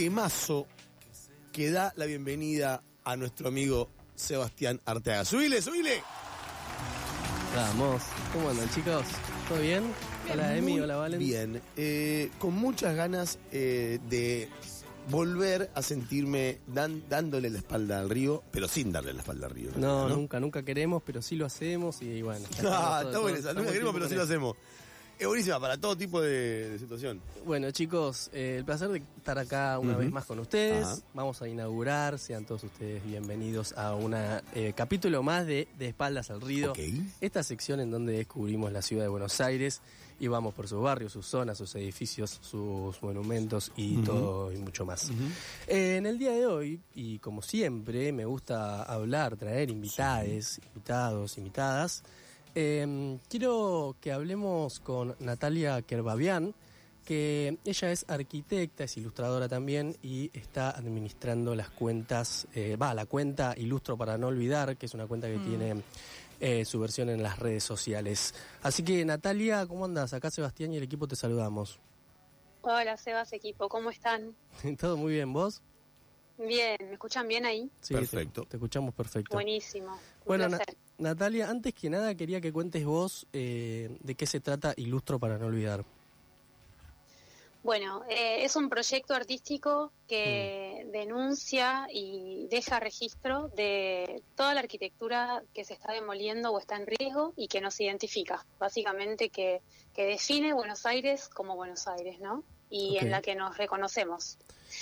temazo que da la bienvenida a nuestro amigo Sebastián Arteaga. ¡Subile, subile! Vamos, ¿cómo andan, chicos? ¿Todo bien? Hola Emi, hola Valen. Bien, con muchas ganas de volver a sentirme dándole la espalda al río, pero sin darle la espalda al río. No, nunca queremos, pero sí lo hacemos y bueno. Está bueno esa, nunca queremos, pero sí lo hacemos. Es buenísima para todo tipo de situación. Bueno, chicos, el placer de estar acá una vez más con ustedes. Ajá. Vamos a inaugurar, sean todos ustedes bienvenidos a un capítulo más de Espaldas al Río. Okay. Esta sección en donde descubrimos la ciudad de Buenos Aires y vamos por sus barrios, sus zonas, sus edificios, sus monumentos y todo y mucho más. En el día de hoy, y como siempre, me gusta traer invitados, invitadas. Quiero que hablemos con Natalia Kerbabian, que ella es arquitecta, es ilustradora también y está administrando las cuentas, la cuenta Ilustro para no olvidar, que es una cuenta que tiene su versión en las redes sociales. Así que Natalia, ¿cómo andas? Acá Sebastián y el equipo te saludamos. Hola Sebas, equipo, ¿cómo están? ¿Todo muy bien, vos? Bien, ¿me escuchan bien ahí? Sí, perfecto. Te escuchamos perfecto. Buenísimo. Bueno, Natalia, antes que nada quería que cuentes vos de qué se trata Ilustro para no olvidar. Bueno, es un proyecto artístico que denuncia y deja registro de toda la arquitectura que se está demoliendo o está en riesgo y que nos identifica, básicamente que define Buenos Aires como Buenos Aires, ¿no? Y en la que nos reconocemos.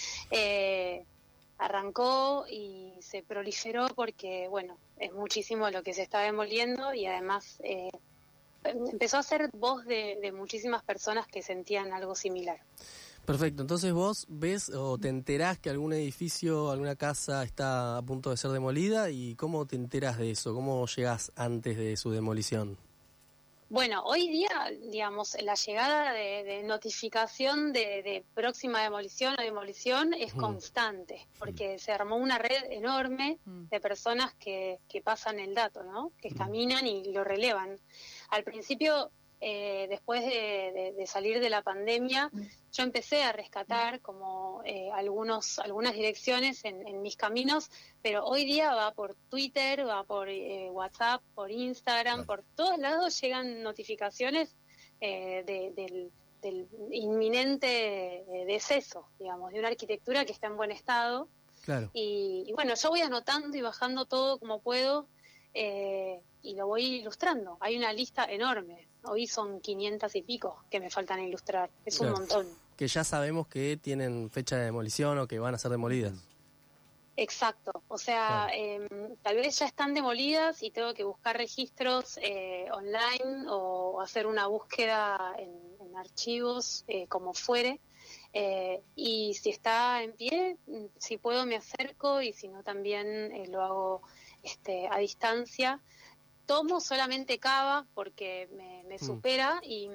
Arrancó y se proliferó porque, bueno, es muchísimo lo que se está demoliendo y además empezó a ser voz de muchísimas personas que sentían algo similar. Perfecto, entonces vos ves o te enterás que algún edificio, alguna casa está a punto de ser demolida y ¿cómo te enterás de eso? ¿Cómo llegás antes de su demolición? Bueno, hoy día, digamos, la llegada de notificación de próxima demolición o demolición es constante, porque se armó una red enorme de personas que pasan el dato, ¿no? Que caminan y lo relevan. Al principio, después de salir de la pandemia, yo empecé a rescatar como algunas direcciones en mis caminos, pero hoy día va por Twitter, va por WhatsApp, por Instagram, por todos lados llegan notificaciones del inminente deceso, digamos, de una arquitectura que está en buen estado. Claro. Y bueno, yo voy anotando y bajando todo como puedo y lo voy ilustrando. Hay una lista enorme. Hoy son 500 y pico que me faltan ilustrar. Es un montón. Que ya sabemos que tienen fecha de demolición o que van a ser demolidas. Exacto. O sea, tal vez ya están demolidas y tengo que buscar registros online o hacer una búsqueda en archivos, como fuere. Y si está en pie, si puedo me acerco y si no también lo hago a distancia. Tomo solamente cava porque me supera y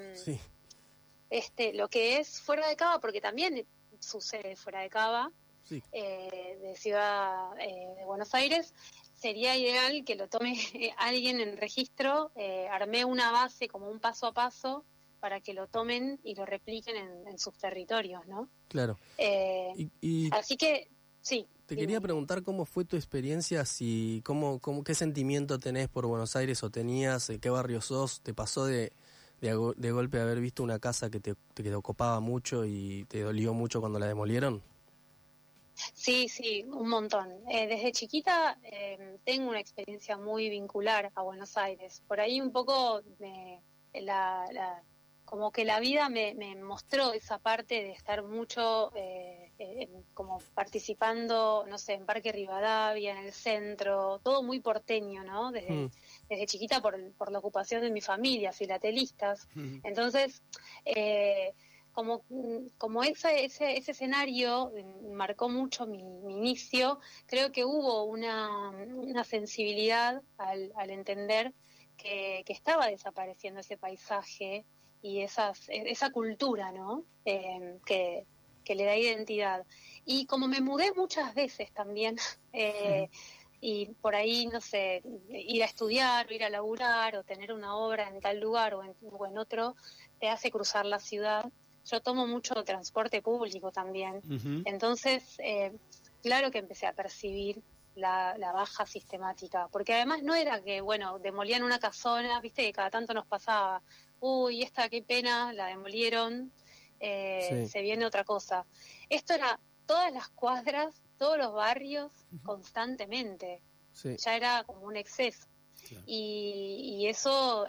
lo que es fuera de cava, porque también sucede fuera de cava, de Ciudad de Buenos Aires, sería ideal que lo tome alguien en registro. Armé una base como un paso a paso para que lo tomen y lo repliquen en sus territorios, ¿no? Claro. Así que, sí. Te quería preguntar cómo fue tu experiencia, qué sentimiento tenés por Buenos Aires o tenías, qué barrio sos, te pasó de golpe haber visto una casa que te ocupaba mucho y te dolió mucho cuando la demolieron. Sí, un montón. Desde chiquita tengo una experiencia muy vincular a Buenos Aires. Por ahí un poco como que la vida me mostró esa parte de estar mucho como participando, no sé, en Parque Rivadavia, en el centro, todo muy porteño, ¿no? Desde chiquita por la ocupación de mi familia, filatelistas. Entonces, como ese escenario marcó mucho mi inicio, creo que hubo una sensibilidad al entender que estaba desapareciendo ese paisaje y esa cultura, ¿no? Que le da identidad. Y como me mudé muchas veces también, y por ahí, no sé, ir a estudiar, o ir a laburar, o tener una obra en tal lugar o en otro, te hace cruzar la ciudad. yo tomo mucho transporte público también. Entonces, claro que empecé a percibir la baja sistemática, porque además no era que, bueno, demolían una casona, viste que cada tanto nos pasaba, uy, esta qué pena, la demolieron, se viene otra cosa. Esto era todas las cuadras, todos los barrios, constantemente. Sí. Ya era como un exceso. Claro. Y eso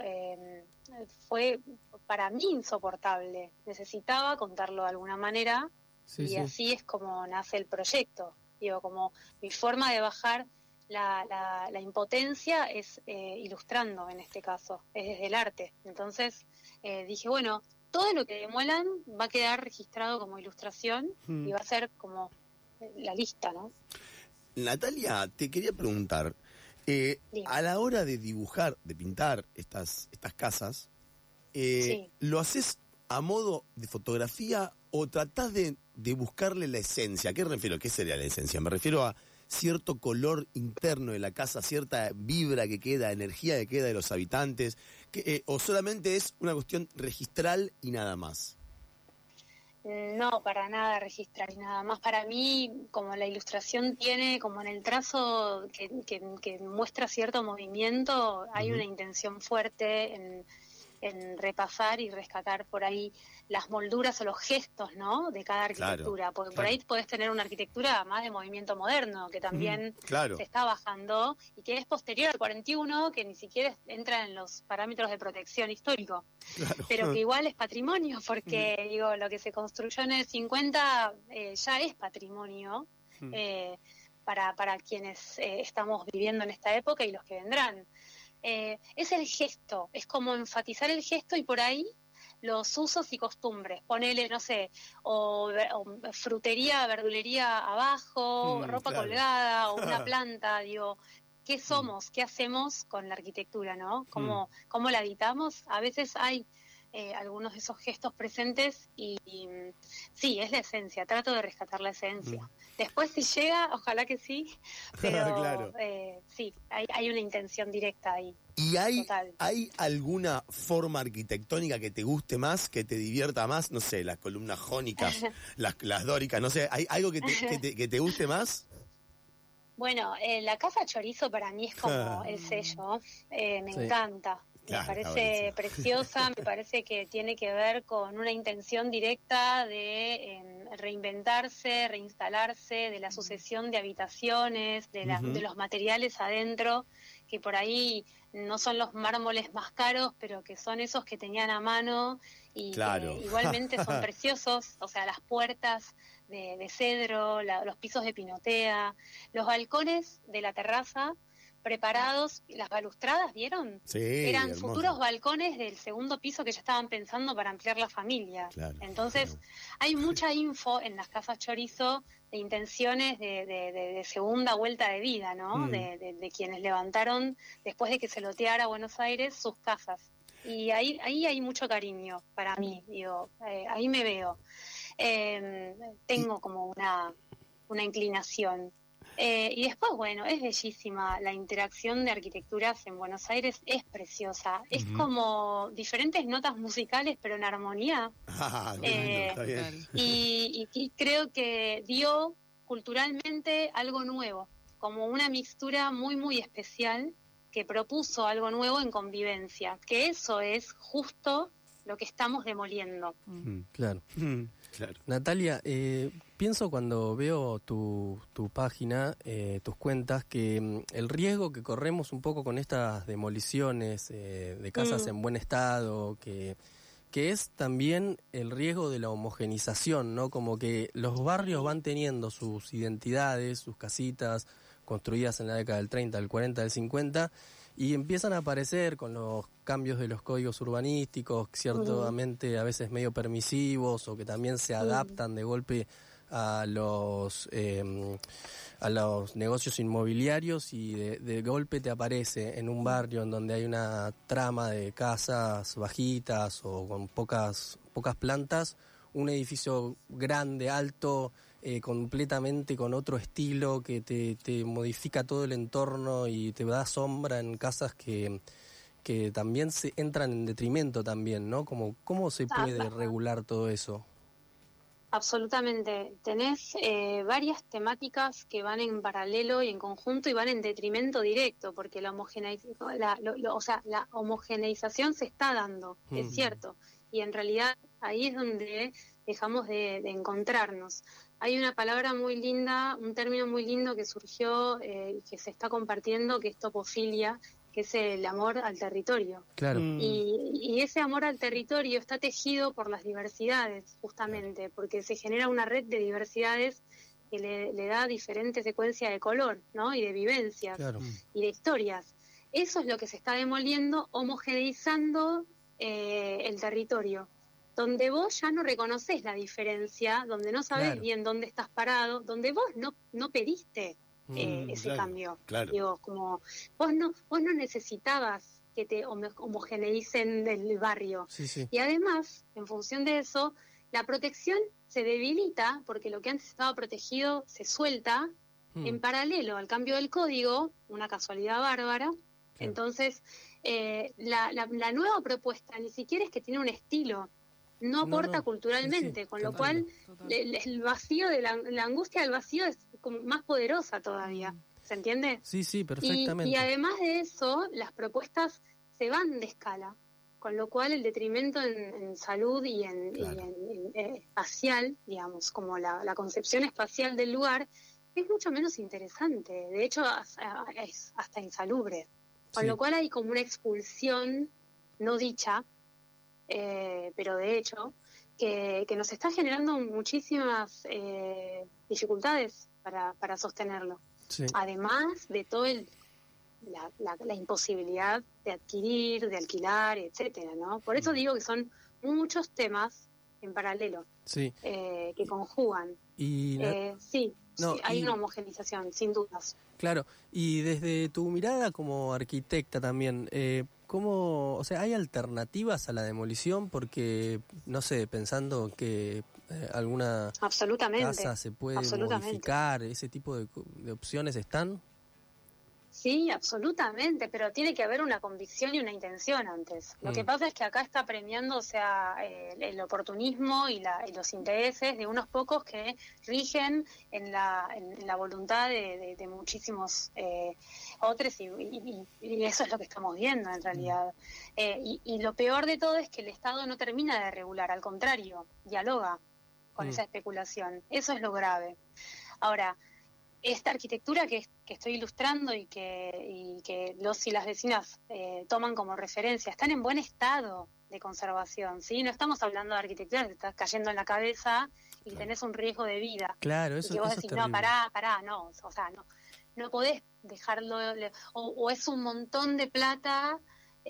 fue para mí insoportable. Necesitaba contarlo de alguna manera y así es como nace el proyecto. Digo, como mi forma de bajar la impotencia es ilustrando en este caso, es desde el arte. Entonces dije, bueno, todo lo que demuelan va a quedar registrado como ilustración y va a ser como la lista, ¿no? Natalia, te quería preguntar, a la hora de dibujar, de pintar estas casas, ¿lo haces a modo de fotografía o tratás de buscarle la esencia? ¿A qué me refiero? ¿Qué sería la esencia? Me refiero a cierto color interno de la casa, cierta vibra que queda, energía que queda de los habitantes, o solamente es una cuestión registral y nada más. No, para nada registrar y nada más. Para mí, como la ilustración tiene, como en el trazo que muestra cierto movimiento, hay una intención fuerte en repasar y rescatar por ahí las molduras o los gestos, ¿no?, de cada arquitectura, porque por ahí podés tener una arquitectura más de movimiento moderno, que también se está bajando y que es posterior al 41, que ni siquiera entra en los parámetros de protección histórico, pero que igual es patrimonio, porque digo, lo que se construyó en el 50 ya es patrimonio para quienes estamos viviendo en esta época y los que vendrán. Es el gesto, es como enfatizar el gesto y por ahí los usos y costumbres, ponele, no sé, o frutería, verdulería abajo, ropa colgada o una planta, digo, ¿qué somos? ¿Qué hacemos con la arquitectura, no? ¿Cómo la habitamos? A veces hay algunos de esos gestos presentes y sí, es la esencia, trato de rescatar la esencia. Después si llega, ojalá que sí, pero sí, hay una intención directa ahí. ¿Y hay alguna forma arquitectónica que te guste más, que te divierta más? No sé, las columnas jónicas, las dóricas, no sé, ¿hay algo que te guste más? Bueno, la casa chorizo para mí es como el sello, me encanta. Me parece preciosa, me parece que tiene que ver con una intención directa de reinventarse, reinstalarse, de la sucesión de habitaciones, de los materiales adentro, que por ahí no son los mármoles más caros, pero que son esos que tenían a mano y que igualmente son preciosos, o sea, las puertas de cedro, los pisos de pinotea, los balcones de la terraza, preparados, las balustradas, ¿vieron? Sí, eran hermoso. Futuros balcones del segundo piso que ya estaban pensando para ampliar la familia. Entonces, hay mucha info en las casas chorizo de intenciones de segunda vuelta de vida, ¿no? De quienes levantaron, después de que se loteara Buenos Aires, sus casas. Y ahí hay mucho cariño para mí, digo, ahí me veo. Tengo como una inclinación. Y después, bueno, es bellísima. La interacción de arquitecturas en Buenos Aires es preciosa. Es como diferentes notas musicales, pero en armonía. Está bien. Y creo que dio culturalmente algo nuevo, como una mixtura muy, muy especial que propuso algo nuevo en convivencia, que eso es justo lo que estamos demoliendo. Claro. Natalia, pienso cuando veo tu página, tus cuentas, que el riesgo que corremos un poco con estas demoliciones de casas en buen estado, que es también el riesgo de la homogenización, ¿no? Como que los barrios van teniendo sus identidades, sus casitas construidas en la década del 30, del 40, del 50, y empiezan a aparecer con los cambios de los códigos urbanísticos, ciertamente a veces medio permisivos, o que también se adaptan de golpe a los negocios inmobiliarios, y de golpe te aparece en un barrio en donde hay una trama de casas bajitas o con pocas plantas, un edificio grande, alto, completamente con otro estilo que te modifica todo el entorno y te da sombra en casas que que también se entran en detrimento también, ¿no? Como, ¿cómo se puede regular todo eso? Absolutamente. Tenés varias temáticas que van en paralelo y en conjunto y van en detrimento directo, porque la homogeneización se está dando, es cierto, y en realidad ahí es donde dejamos de encontrarnos. Hay una palabra muy linda, un término muy lindo que surgió, que se está compartiendo, que es topofilia, que es el amor al territorio. Claro. Y ese amor al territorio está tejido por las diversidades, justamente, porque se genera una red de diversidades que le da diferente secuencia de color, ¿no? Y de vivencias, y de historias. Eso es lo que se está demoliendo, homogeneizando el territorio, donde vos ya no reconoces la diferencia, donde no sabés bien dónde estás parado, donde vos no pediste ese cambio. Digo, como vos no necesitabas que te homogeneicen del barrio. Y además, en función de eso, la protección se debilita porque lo que antes estaba protegido se suelta en paralelo al cambio del código, una casualidad bárbara. Entonces, la nueva propuesta ni siquiera es que tiene un estilo, no aporta culturalmente, con lo cual el vacío de la angustia del vacío es como más poderosa todavía, ¿se entiende? Sí, perfectamente. Y además de eso, las propuestas se van de escala, con lo cual el detrimento en salud y en espacial, digamos, como la concepción espacial del lugar, es mucho menos interesante, de hecho es hasta insalubre, con lo cual hay como una expulsión no dicha, pero de hecho, que nos está generando muchísimas dificultades para sostenerlo. Además de todo la imposibilidad de adquirir, de alquilar, etcétera, ¿no? Por eso digo que son muchos temas en paralelo que conjugan. Hay una homogenización, sin dudas. Claro, y desde tu mirada como arquitecta también, ¿cómo, o sea, hay alternativas a la demolición? Porque, no sé, pensando que alguna casa se puede modificar, ese tipo de opciones están. Sí, absolutamente, pero tiene que haber una convicción y una intención antes. Lo que pasa es que acá está premiando, o sea, el oportunismo y los intereses de unos pocos que rigen en la voluntad de muchísimos otros y eso es lo que estamos viendo en realidad. Y lo peor de todo es que el Estado no termina de regular, al contrario, dialoga con esa especulación. Eso es lo grave. Ahora, esta arquitectura que estoy ilustrando y que los y las vecinas toman como referencia, están en buen estado de conservación, ¿sí? No estamos hablando de arquitectura que te estás cayendo en la cabeza y tenés un riesgo de vida. Claro, eso, y que vos eso decís, es no, pará, no, o sea, no podés dejarlo, o es un montón de plata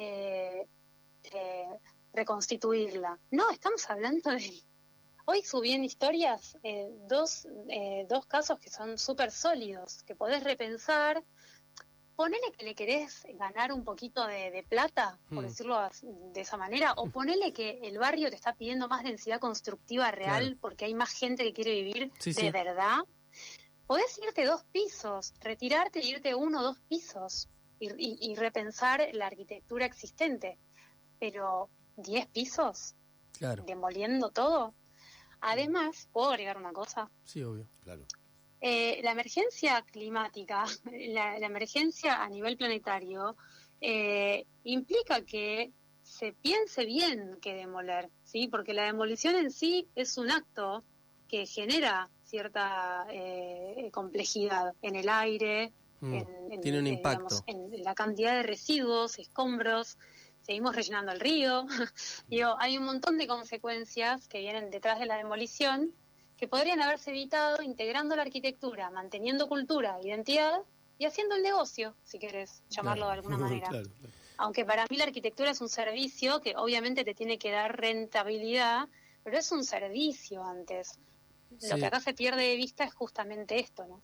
reconstituirla. No, estamos hablando de... Hoy subí en historias dos casos que son súper sólidos, que podés repensar. Ponele que le querés ganar un poquito de plata, por decirlo de esa manera, o ponele que el barrio te está pidiendo más densidad constructiva real porque hay más gente que quiere vivir verdad. Podés irte 2 pisos, retirarte e irte 1 o 2 pisos y repensar la arquitectura existente. Pero 10 pisos, demoliendo todo. Además, ¿puedo agregar una cosa? Sí, obvio. Claro. La emergencia climática, la emergencia a nivel planetario, implica que se piense bien qué demoler, ¿sí? Porque la demolición en sí es un acto que genera cierta complejidad en el aire, tiene un impacto. Digamos, en la cantidad de residuos, escombros. Seguimos rellenando el río. Digo, hay un montón de consecuencias que vienen detrás de la demolición que podrían haberse evitado integrando la arquitectura, manteniendo cultura, identidad y haciendo el negocio, si querés llamarlo de alguna manera. Aunque para mí la arquitectura es un servicio que obviamente te tiene que dar rentabilidad, pero es un servicio antes. Lo que acá se pierde de vista es justamente esto, ¿no?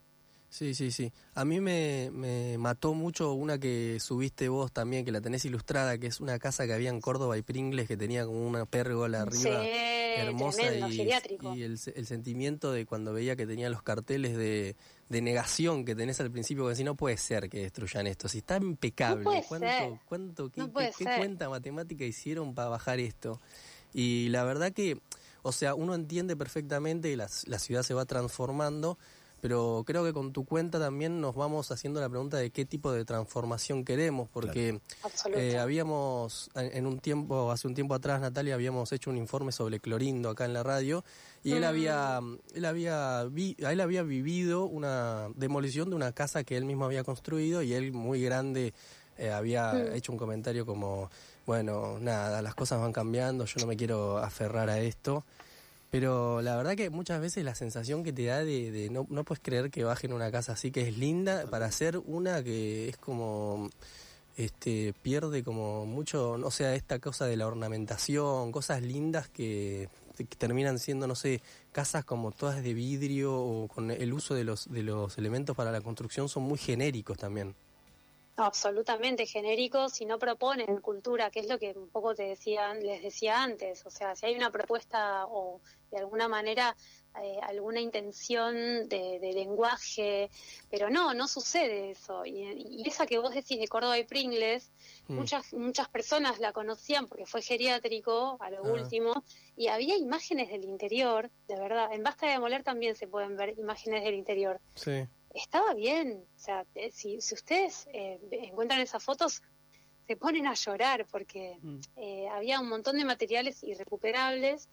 Sí, sí, sí. A mí me mató mucho una que subiste vos también, que la tenés ilustrada, que es una casa que había en Córdoba y Pringles, que tenía como una pérgola Sí, arriba hermosa tremendo, geriátrico. y el sentimiento de cuando veía que tenía los carteles de negación que tenés al principio, que decís, no puede ser que destruyan esto, si está impecable. No puede ser. No puede ¿Qué ser. cuenta matemática hicieron para bajar esto? Y la verdad que, o sea, uno entiende perfectamente que la ciudad se va transformando, pero creo que con tu cuenta también nos vamos haciendo la pregunta de qué tipo de transformación queremos, porque habíamos, hace un tiempo atrás, Natalia, habíamos hecho un informe sobre Clorindo acá en la radio, y él había vivido una demolición de una casa que él mismo había construido, y él muy grande había hecho un comentario como, bueno, nada, las cosas van cambiando, yo no me quiero aferrar a esto. Pero la verdad que muchas veces la sensación que te da de no puedes creer que bajen una casa así que es linda para hacer una que es como pierde como mucho, o sea, esta cosa de la ornamentación, cosas lindas que terminan siendo, no sé, casas como todas de vidrio o con el uso de los elementos para la construcción son muy genéricos también. Absolutamente genéricos y no proponen cultura, que es lo que un poco les decía antes. O sea, si hay una propuesta o de alguna manera alguna intención de lenguaje, pero no sucede eso. Y esa que vos decís de Córdoba y Pringles, muchas personas la conocían porque fue geriátrico a lo último, y había imágenes del interior, de verdad. En Basta de Demoler también se pueden ver imágenes del interior. Sí. Estaba bien, o sea, si ustedes encuentran esas fotos, se ponen a llorar porque había un montón de materiales irrecuperables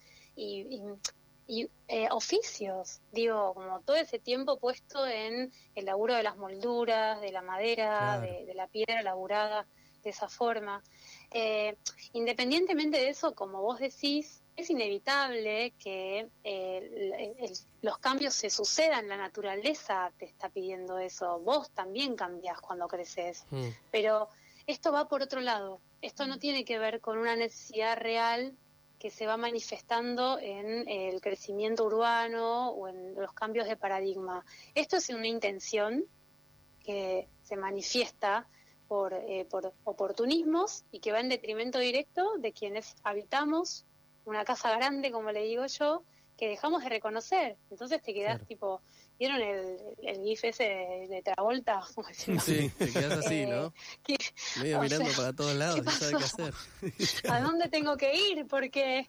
y oficios, digo, como todo ese tiempo puesto en el laburo de las molduras, de la madera, Claro. de la piedra laburada de esa forma. Independientemente de eso, como vos decís, es inevitable que los cambios se sucedan, la naturaleza te está pidiendo eso, vos también cambiás cuando creces, pero esto va por otro lado, esto no tiene que ver con una necesidad real que se va manifestando en el crecimiento urbano o en los cambios de paradigma. Esto es una intención que se manifiesta por oportunismos y que va en detrimento directo de quienes habitamos una casa grande, como le digo yo, que dejamos de reconocer. Entonces te quedás tipo, ¿vieron el gif ese de Travolta? Sí, te quedás así, ¿no? Medio mirando para todos lados, no sabes qué hacer. ¿A dónde tengo que ir? Porque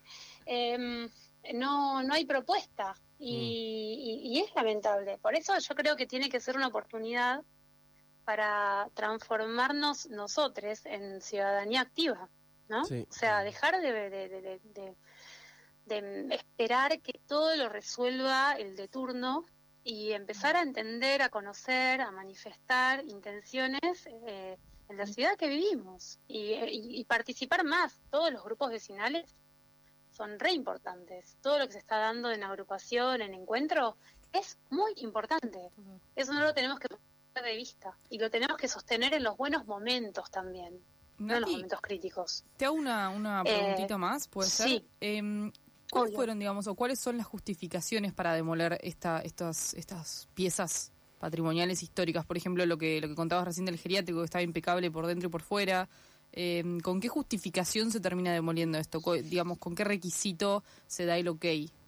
no hay propuesta y es lamentable. Por eso yo creo que tiene que ser una oportunidad para transformarnos nosotros en ciudadanía activa, ¿no? Sí. O sea, dejar de esperar que todo lo resuelva el de turno y empezar a entender, a conocer, a manifestar intenciones en la ciudad que vivimos y participar más. Todos los grupos vecinales son re importantes. Todo lo que se está dando en agrupación, en encuentro, es muy importante. Eso no lo tenemos que perder de vista y lo tenemos que sostener en los buenos momentos también, Nati, no en los momentos críticos. Te hago una preguntita más, ¿puede ser? Sí. ¿Cuáles fueron, digamos, o cuáles son las justificaciones para demoler estas piezas patrimoniales históricas? Por ejemplo, lo que contabas recién del geriátrico, que estaba impecable por dentro y por fuera. ¿Con qué justificación se termina demoliendo esto? Digamos, ¿con qué requisito se da el ok?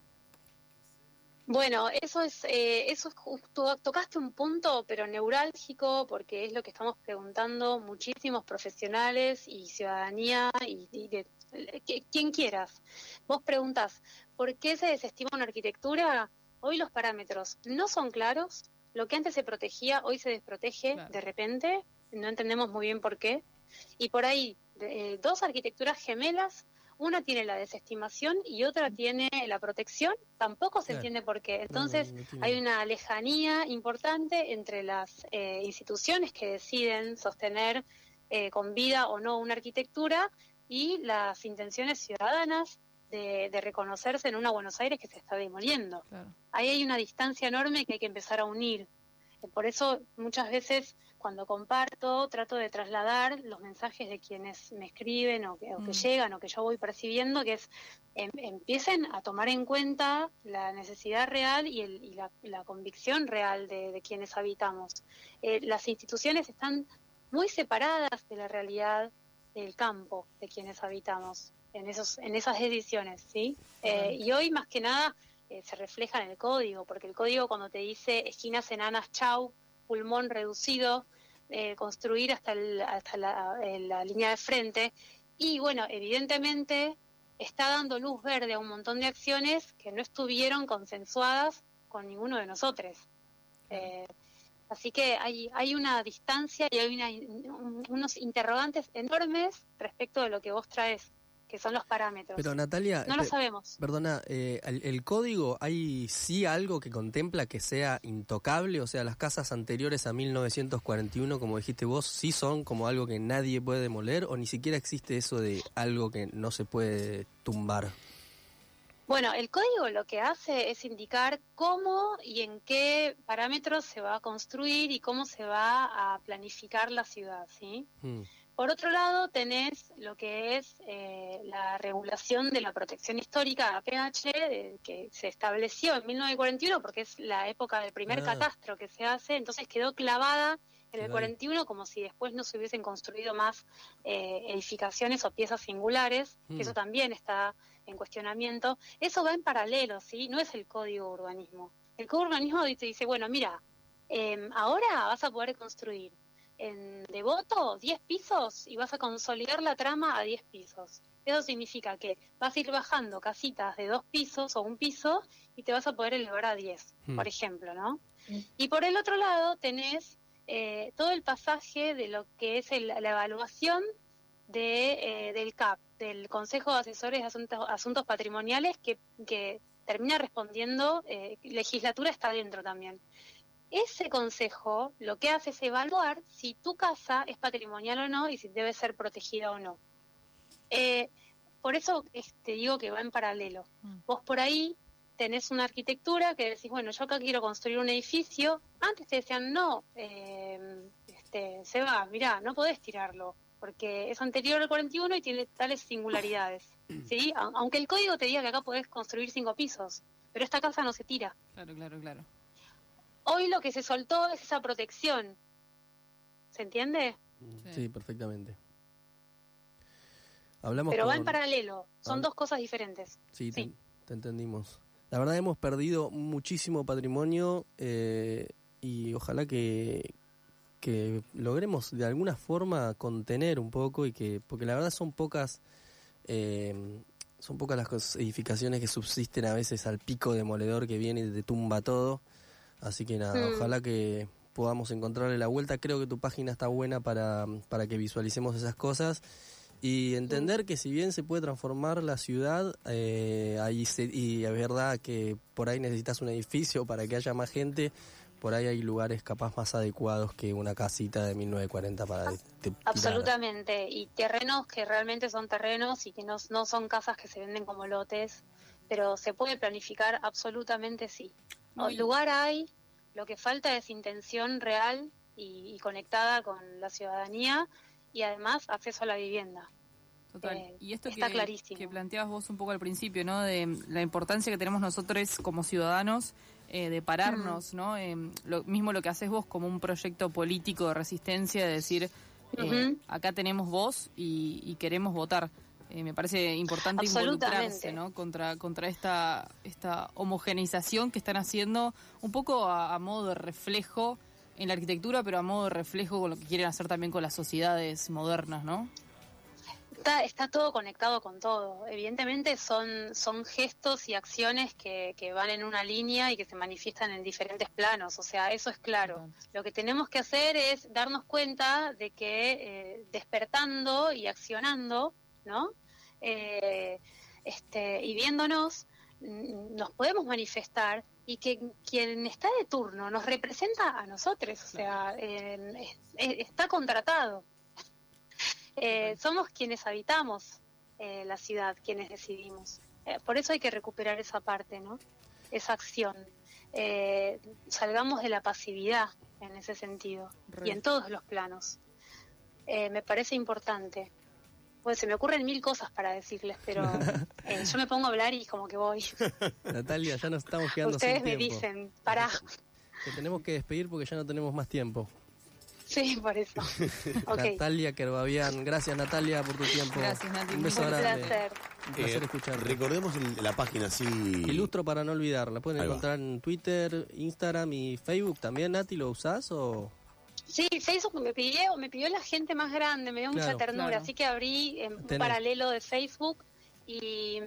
Bueno, eso es justo, tocaste un punto, pero neurálgico, porque es lo que estamos preguntando muchísimos profesionales y ciudadanía y de quien quieras. Vos preguntás, ¿por qué se desestima una arquitectura? Hoy los parámetros no son claros, lo que antes se protegía hoy se desprotege de repente, no entendemos muy bien por qué, y por ahí dos arquitecturas gemelas, una tiene la desestimación y otra tiene la protección, tampoco se entiende por qué. Entonces hay una lejanía importante entre las instituciones que deciden sostener con vida o no una arquitectura y las intenciones ciudadanas de reconocerse en una Buenos Aires que se está demoliendo. Claro. Ahí hay una distancia enorme que hay que empezar a unir. Por eso muchas veces cuando comparto trato de trasladar los mensajes de quienes me escriben o que llegan o que yo voy percibiendo, que es empiecen a tomar en cuenta la necesidad real y la convicción real de quienes habitamos. Las instituciones están muy separadas de la realidad del campo de quienes habitamos en esas decisiones, ¿sí? Y hoy más que nada se refleja en el código, porque el código cuando te dice esquinas enanas, chau, pulmón reducido, construir hasta la línea de frente, y bueno, evidentemente está dando luz verde a un montón de acciones que no estuvieron consensuadas con ninguno de nosotros. Así que hay una distancia y hay unos interrogantes enormes respecto de lo que vos traes, que son los parámetros. Pero Natalia, no lo sabemos. Perdona, el código, ¿hay sí algo que contempla que sea intocable? O sea, las casas anteriores a 1941, como dijiste vos, ¿sí son como algo que nadie puede demoler o ni siquiera existe eso de algo que no se puede tumbar? Bueno, el código lo que hace es indicar cómo y en qué parámetros se va a construir y cómo se va a planificar la ciudad, ¿sí? Por otro lado, tenés lo que es la regulación de la protección histórica, APH, que se estableció en 1941 porque es la época del primer catastro que se hace, entonces quedó clavada en el 41 como si después no se hubiesen construido más edificaciones o piezas singulares, eso también está en cuestionamiento. Eso va en paralelo, ¿sí? No es el código de urbanismo. El código de urbanismo te dice, bueno, mira, ahora vas a poder construir en Devoto 10 pisos y vas a consolidar la trama a 10 pisos. Eso significa que vas a ir bajando casitas de 2 pisos o 1 piso y te vas a poder elevar a 10, por ejemplo, ¿no? Y por el otro lado tenés todo el pasaje de lo que es la evaluación del CAP, del Consejo de Asesores de Asuntos Patrimoniales, que termina respondiendo, legislatura está dentro también. Ese consejo lo que hace es evaluar si tu casa es patrimonial o no y si debe ser protegida o no. Por eso te digo que va en paralelo. Vos por ahí tenés una arquitectura que decís, bueno, yo acá quiero construir un edificio. Antes te decían, no, Seba, mirá, no podés tirarlo, porque es anterior al 41 y tiene tales singularidades, ¿sí? Aunque el código te diga que acá podés construir 5 pisos, pero esta casa no se tira. Claro. Hoy lo que se soltó es esa protección. ¿Se entiende? Sí, perfectamente. Pero va en paralelo, son dos cosas diferentes. Sí. Te entendimos. La verdad hemos perdido muchísimo patrimonio y ojalá que logremos de alguna forma contener un poco porque la verdad son pocas las edificaciones que subsisten a veces al pico demoledor que viene y te tumba todo. Así que nada, ojalá que podamos encontrarle la vuelta. Creo que tu página está buena para que visualicemos esas cosas y entender que si bien se puede transformar la ciudad, y es verdad que por ahí necesitas un edificio para que haya más gente, por ahí hay lugares capaz más adecuados que una casita de 1940 para tirar. Absolutamente, y terrenos que realmente son terrenos y que no son casas que se venden como lotes, pero se puede planificar absolutamente, sí. Lugar hay, lo que falta es intención real y conectada con la ciudadanía y además acceso a la vivienda. Total. Y esto está clarísimo. Que planteabas vos un poco al principio, ¿no? De la importancia que tenemos nosotros como ciudadanos de pararnos, ¿no? Lo mismo lo que haces vos como un proyecto político de resistencia, de decir, acá tenemos voz y queremos votar. Me parece importante involucrarse, ¿no? Contra esta homogeneización que están haciendo un poco a modo de reflejo en la arquitectura, pero a modo de reflejo con lo que quieren hacer también con las sociedades modernas, ¿no? Está todo conectado con todo. Evidentemente son gestos y acciones que van en una línea y que se manifiestan en diferentes planos, o sea, eso es claro. Lo que tenemos que hacer es darnos cuenta de que despertando y accionando, ¿no? Y viéndonos, nos podemos manifestar y que quien está de turno nos representa a nosotros, o sea, está contratado. Somos quienes habitamos la ciudad, quienes decidimos. Por eso hay que recuperar esa parte, ¿no? Esa acción. salgamos de la pasividad en ese sentido y en todos los planos. Me parece importante. Pues se me ocurren 1000 cosas para decirles, pero yo me pongo a hablar y como que voy. Natalia, ya nos estamos quedando Ustedes sin me tiempo. dicen, pará. Te tenemos que despedir porque ya no tenemos más tiempo. Sí, por eso. Okay. Natalia Kerbabian, gracias Natalia por tu tiempo. Gracias, Nati. Un beso Un grande. placer. Un placer escucharte. Recordemos la página, sí. Ilustro para no olvidar. La pueden Ahí va. encontrar en Twitter, Instagram y Facebook también. Nati, ¿lo usás o...? Sí, Facebook me pidió la gente más grande, me dio Claro, mucha ternura, claro. así que abrí un Tenés. paralelo de Facebook y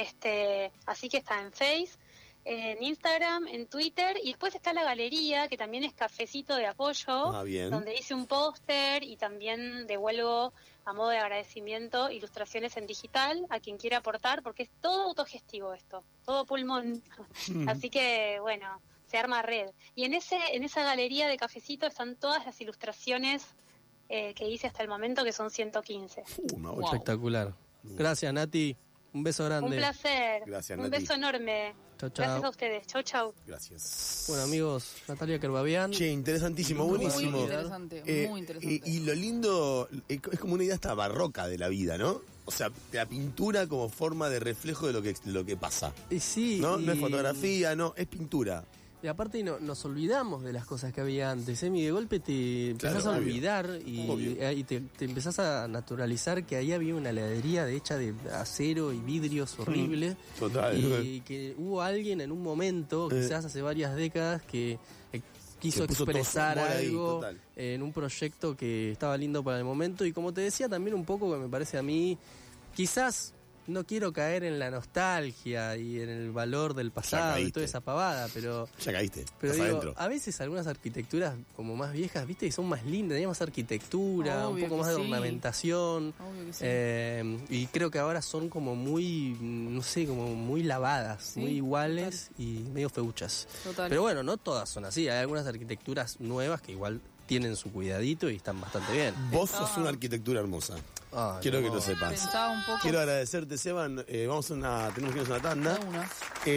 así que está en Face, en Instagram, en Twitter y después está la galería que también es Cafecito de Apoyo, Ah, bien. donde hice un póster y también devuelvo a modo de agradecimiento ilustraciones en digital a quien quiera aportar porque es todo autogestivo esto, todo pulmón, así que bueno, se arma red. Y en esa galería de Cafecito están todas las ilustraciones que hice hasta el momento, que son 115. Una Wow. bocha. Espectacular. Gracias, Nati. Un beso grande. Un placer. Gracias, Un Nati. beso enorme. Chau, chau. Gracias a ustedes. Chau, chau. Gracias. Bueno, amigos, Natalia Kerbabian. Che, interesantísimo, Muy buenísimo. Muy interesante, muy interesante. Y lo lindo, es como una idea hasta barroca de la vida, ¿no? O sea, la pintura como forma de reflejo de lo que pasa. Y sí. ¿No? y- No es fotografía, no, es pintura. Y aparte nos olvidamos de las cosas que había antes, ¿eh? Y de golpe te empezás Claro, a obvio. olvidar Obvio. y te empezás a naturalizar que ahí había una heladería hecha de acero y vidrios horribles. Total. Y que hubo alguien en un momento, quizás hace varias décadas, que quiso Que puso todo su expresar amor ahí, algo total. en un proyecto que estaba lindo para el momento. Y como te decía también un poco, que me parece a mí, quizás no quiero caer en la nostalgia y en el valor del pasado y caíste. toda esa pavada, pero Ya caíste, pero estás digo, adentro. a veces algunas arquitecturas como más viejas, viste, que son más lindas, hay más arquitectura, Obvio un poco que más de sí. ornamentación. Obvio que sí. Y creo que ahora son como muy, no sé, como muy lavadas, Sí, muy iguales y medio feuchas. Total. Pero bueno, no todas son así, hay algunas arquitecturas nuevas que igual tienen su cuidadito y están bastante bien. Vos sos una arquitectura hermosa. Ay, Quiero que no. lo sepas. Pensaba un poco. Quiero agradecerte, Seban. Tenemos que irnos a una tanda. de una.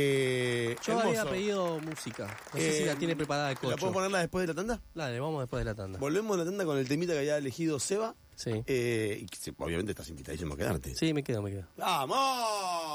Yo había hermoso. pedido música, no sé si la tiene preparada el ¿La puedo cocho. ponerla después de la tanda? Dale, vamos después de la tanda. Volvemos a la tanda con el temita que había elegido Seba. Sí, Y que obviamente estás invitadísimo a quedarte. sí, me quedo. ¡Vamos!